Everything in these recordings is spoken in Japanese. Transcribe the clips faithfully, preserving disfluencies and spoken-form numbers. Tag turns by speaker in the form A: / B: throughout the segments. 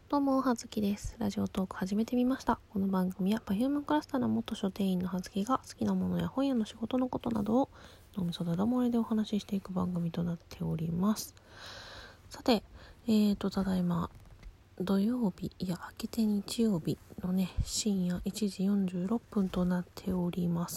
A: どうも、はずきです。ラジオトーク始めてみました。この番組は Perfume クラスターの元書店員のはずきが好きなものや本屋の仕事のことなどを脳みそだだ漏れでお話ししていく番組となっております。さて、えーと、ただいま土曜日、いや、明けて日曜日のね、深夜いちじよんじゅうろっぷんとなっております。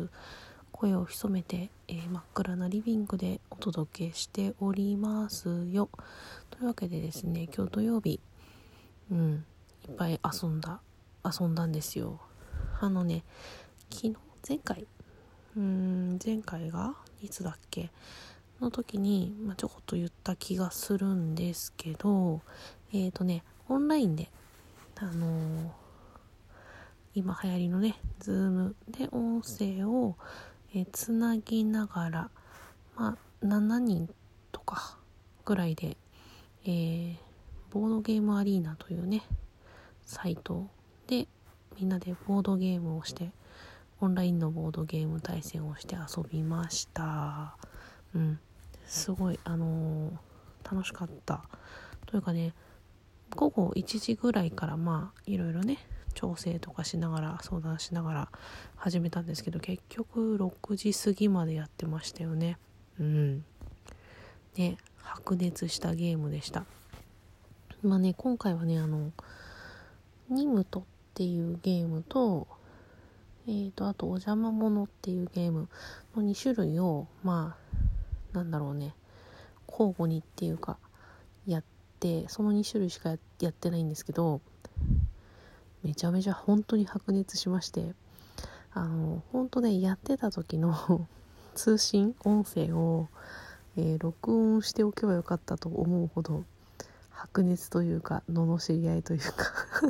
A: 声を潜めて、えー、真っ暗なリビングでお届けしておりますよ。というわけでですね、今日土曜日、うん、いっぱい遊んだ、遊んだんですよ。あのね、昨日、前回、うーん、前回がいつだっけの時に、まあ、ちょこっと言った気がするんですけど、えーとね、オンラインで、あのー、今流行りのね、ズームで音声を、えー、つなぎながら、まあ、しちにんとかぐらいで、えー、ボードゲームアリーナというね、サイトでみんなでボードゲームをしてオンラインのボードゲーム対戦をして遊びました。うんすごいあのー、楽しかったというかね、午後いちじぐらいからまあいろいろね調整とかしながら相談しながら始めたんですけど、結局ろくじ過ぎまでやってましたよね。うんね、白熱したゲームでした。まあね、今回はね、あのニムトっていうゲームと、えーと、あとお邪魔者っていうゲームのに種類を、まあ、なんだろうね、交互にっていうか、やって、そのに種類しかや、やってないんですけど、めちゃめちゃ本当に白熱しまして、あの、本当ね、やってた時の通信、音声を、えー、録音しておけばよかったと思うほど、白熱というか、罵り合いというか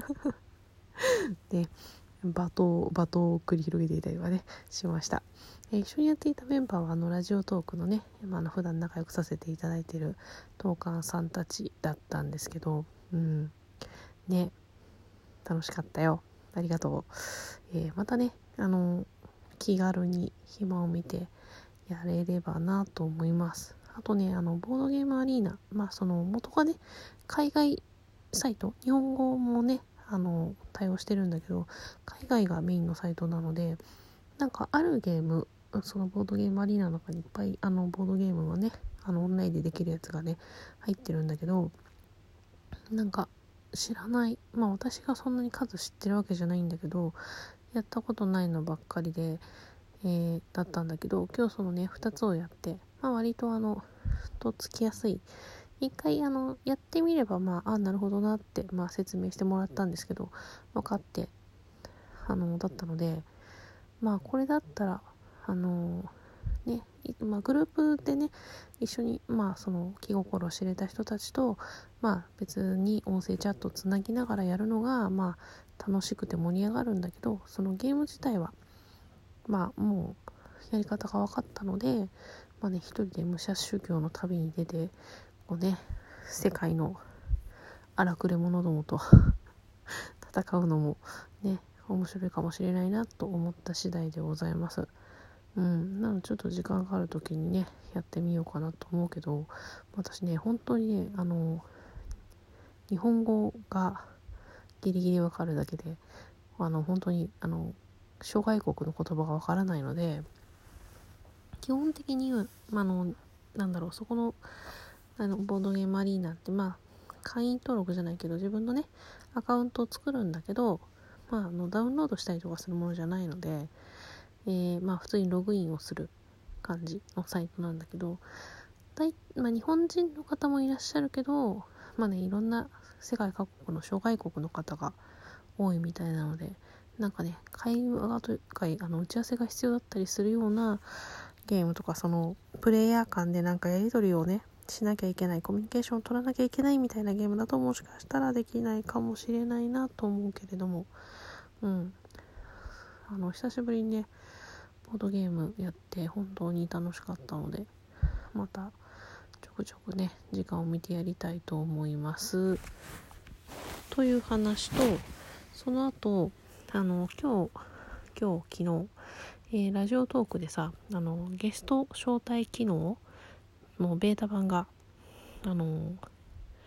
A: で、罵倒罵倒を繰り広げていたりはねしました。えー、一緒にやっていたメンバーはあのラジオトークのね、まあ、あの普段仲良くさせていただいているトーカーさんたちだったんですけど、うんね、楽しかったよ。ありがとう。えー、またね、あの気軽に暇を見てやれればなと思います。あとね、あのボードゲームアリーナ、まあその元がね海外サイト、日本語もねあの対応してるんだけど、海外がメインのサイトなので、なんかあるゲーム、そのボードゲームアリーナの中にいっぱいあのボードゲームはね、あのオンラインでできるやつがね入ってるんだけど、なんか知らない、まあ私がそんなに数知ってるわけじゃないんだけど、やったことないのばっかりで、えー、だったんだけど、今日そのねふたつをやって、まあ割とあのとっつきやすい、一回あのやってみればまああなるほどなって、まあ、説明してもらったんですけど分かってあのだったので、まあこれだったらあのね、まあ、グループでね一緒にまあその気心を知れた人たちとまあ別に音声チャットつなぎながらやるのがまあ楽しくて盛り上がるんだけど、そのゲーム自体はまあもうやり方が分かったので、まあね、一人で武者修行の旅に出てこうね、世界の荒くれ者どもと戦うのもね面白いかもしれないなと思った次第でございます。うん、なのでちょっと時間がある時にねやってみようかなと思うけど、私ね本当にねあの日本語がギリギリわかるだけで、あの本当にあの諸外国の言葉がわからないので、基本的にあのなんだろう、そこのあのボードゲームアリーナってまあ会員登録じゃないけど自分のねアカウントを作るんだけど、まあ、あのダウンロードしたりとかするものじゃないので、えー、まあ普通にログインをする感じのサイトなんだけど、だい、まあ、日本人の方もいらっしゃるけど、まあね、いろんな世界各国の諸外国の方が多いみたいなので、なんかね会話というかあの打ち合わせが必要だったりするようなゲームとか、そのプレイヤー間でなんかやり取りをねしなきゃいけない、コミュニケーションを取らなきゃいけないみたいなゲームだともしかしたらできないかもしれないなと思うけれども、うんあの久しぶりにねボードゲームやって本当に楽しかったので、またちょくちょくね時間を見てやりたいと思いますという話と、その後あの今日今日昨日、えー、ラジオトークでさ、あのゲスト招待機能のベータ版があの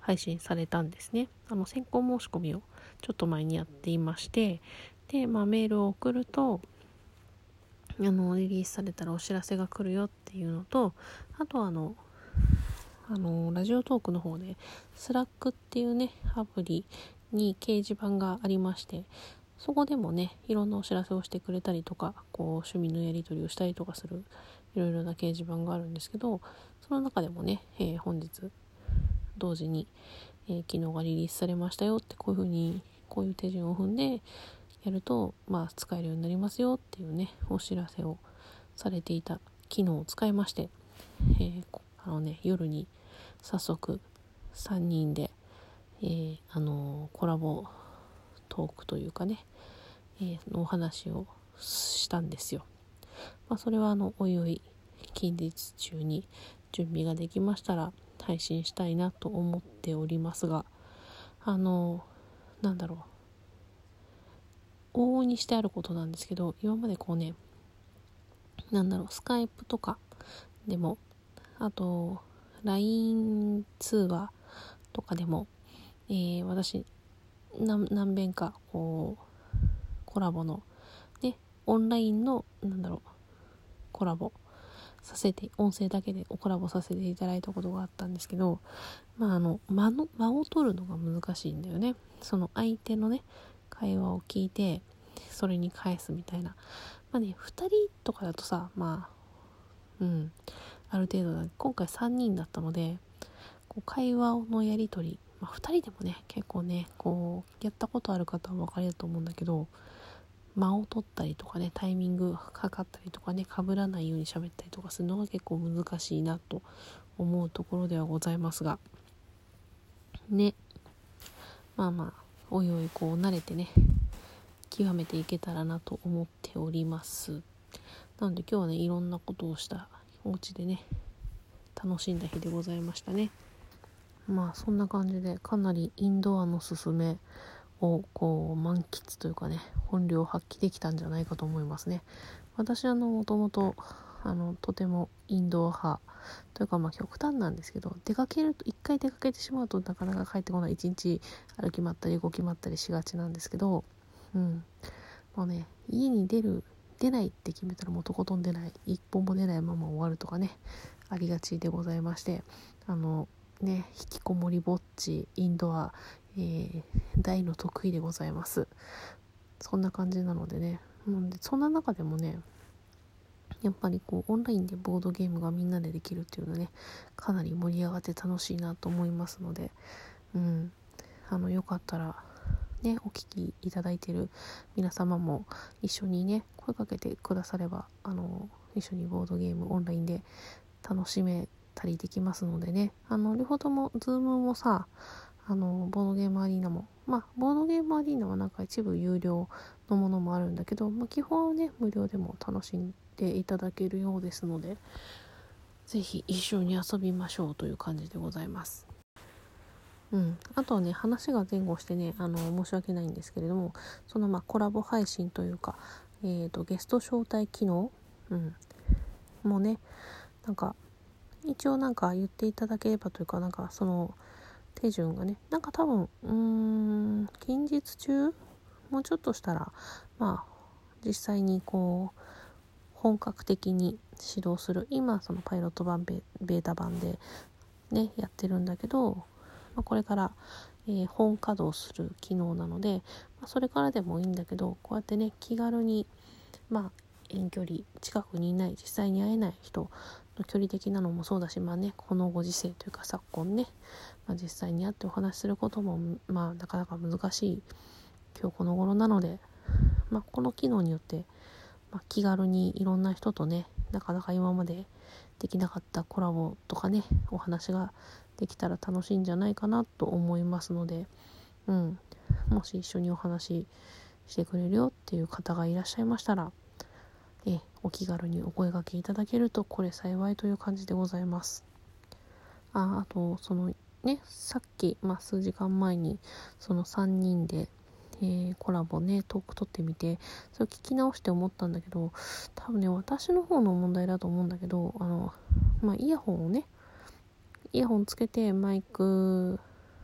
A: 配信されたんですね。あの先行申し込みをちょっと前にやっていまして、で、まあ、メールを送るとあのリリースされたらお知らせが来るよっていうのと、あとはあのあのラジオトークの方でスラックっていうねアプリに掲示板がありまして、そこでもねいろんなお知らせをしてくれたりとか、こう趣味のやり取りをしたりとかするいろいろな掲示板があるんですけど、その中でもね、えー、本日同時に、えー、昨日がリリースされましたよって、こういう風にこういう手順を踏んでやると、まあ、使えるようになりますよっていうねお知らせをされていた機能を使いまして、えー、あのね夜に早速さんにんで、えー、あのコラボトークというかね、えー、のお話をしたんですよ。まあ、それはあのおいおい近日中に準備ができましたら配信したいなと思っておりますが、あのなんだろう往々にしてあることなんですけど、今までこうねなんだろうスカイプとかでも、あと ライン 通話とかでも、えー、私何何遍かこうコラボのでオンラインのなんだろうコラボさせて音声だけでコラボさせていただいたことがあったんですけど、まああの間の間を取るのが難しいんだよね。その相手のね会話を聞いてそれに返すみたいな。まあねふたりとかだとさ、まあうんある程度だ。今回さんにんだったので、こう会話のやり取り、まあ、ふたりでもね結構ねこうやったことある方は分かると思うんだけど、間を取ったりとかねタイミングかかったりとかね被らないように喋ったりとかするのが結構難しいなと思うところではございますがね、まあまあおいおいこう慣れてね極めていけたらなと思っております。なので今日はねいろんなことをしたお家でね楽しんだ日でございましたね。まあそんな感じでかなりインドアのすすめをこう満喫というかね本領発揮できたんじゃないかと思いますね。私あのもともとあのとてもインドア派というか、まあ極端なんですけど、出かけると一回出かけてしまうとなかなか帰ってこない、一日歩き回ったり動き回ったりしがちなんですけど、うんもうね家に出る出ないって決めたらもうとことん出ない、一本も出ないまま終わるとかねありがちでございまして、あのね引きこもりぼっちインドア、えー、大の得意でございます。そんな感じなのでね、もうそんな中でもねやっぱりこうオンラインでボードゲームがみんなでできるっていうのはねかなり盛り上がって楽しいなと思いますので、うんあのよかったらねお聞きいただいている皆様も一緒にね声かけてくだされば、あの一緒にボードゲームオンラインで楽しめたりできますのでね、あの両方ともズームもさあのボードゲームアリーナもまあボードゲームアリーナはなんか一部有料のものもあるんだけど、まあ、基本はね無料でも楽しんでいただけるようですので、ぜひ一緒に遊びましょうという感じでございます。うん、あとはね話が前後してねあの申し訳ないんですけれども、そのまあコラボ配信というか、えーと、ゲスト招待機能、うん、もうねなんか一応なんか言っていただければというか、なんかその手順がねなんか多分うーん近日中もうちょっとしたらまあ実際にこう本格的に指導する、今そのパイロット版 ベ, ベータ版でねやってるんだけど、まあ、これから、えー、本稼働する機能なので、まあ、それからでもいいんだけど、こうやってね気軽にまあ遠距離近くにいない実際に会えない人の距離的なのもそうだし、まあねこのご時世というか昨今ね、まあ、実際に会ってお話しすることもまあなかなか難しい今日この頃なので、まあ、この機能によって、まあ、気軽にいろんな人とねなかなか今までできなかったコラボとかねお話ができたら楽しいんじゃないかなと思いますので、うん、もし一緒にお話ししてくれるよっていう方がいらっしゃいましたら、えお気軽にお声掛けいただけるとこれ幸いという感じでございます。ああとそのねさっき、まあ、数時間前にそのさんにんで、えー、コラボねトーク撮ってみてそれを聞き直して思ったんだけど、多分ね私の方の問題だと思うんだけど、あのまあイヤホンをねイヤホンつけてマイク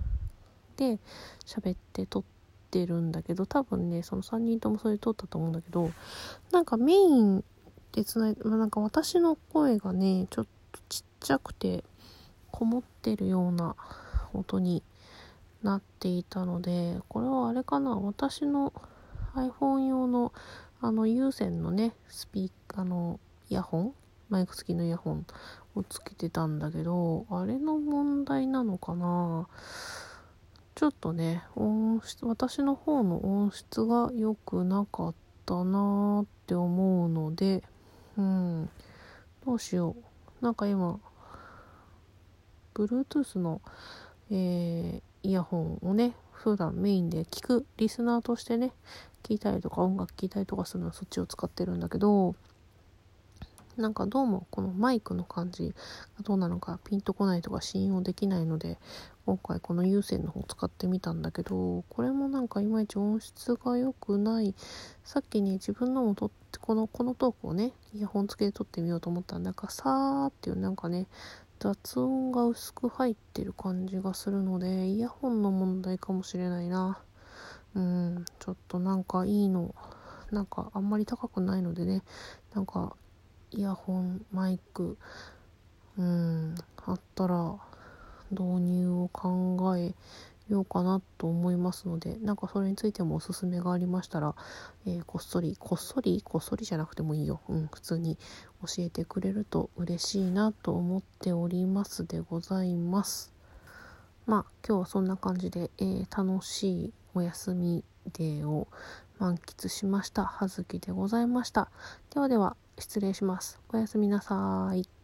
A: て喋って撮ってるんだけど、多分ねそのさんにんともそれで撮ったと思うんだけど、なんかメインでつないで、まあ、なんか私の声がねちょっとちっちゃくてこもってるような音になっていたので、これはあれかな、私の iPhone 用のあの有線のねスピーカーのイヤホン、マイク付きのイヤホンをつけてたんだけど、あれの問題なのかな。ちょっとね音質、私の方の音質が良くなかったなって思うので、うんどうしよう。なんか今 Bluetooth の、えー、イヤホンをね普段メインで聞くリスナーとしてね聞いたりとか音楽聞いたりとかするのはそっちを使ってるんだけど、なんかどうもこのマイクの感じがどうなのかピンとこないとか信用できないので、今回この有線の方使ってみたんだけど、これもなんかいまいち音質が良くない。さっきね自分のも撮ってこのこのトークをねイヤホン付けで撮ってみようと思ったら、なんかさーっていうなんかね雑音が薄く入ってる感じがするので、イヤホンの問題かもしれないな。うんちょっとなんかいいのなんかあんまり高くないのでね、なんかイヤホンマイクうんあったら導入を考えようかなと思いますので、なんかそれについてもおすすめがありましたら、えー、こっそりこっそりこっそりじゃなくてもいいよ、うん普通に教えてくれると嬉しいなと思っておりますでございます。まあ今日はそんな感じで、えー、楽しいお休みデーを満喫しました。はずきでございました。ではでは失礼します。おやすみなさい。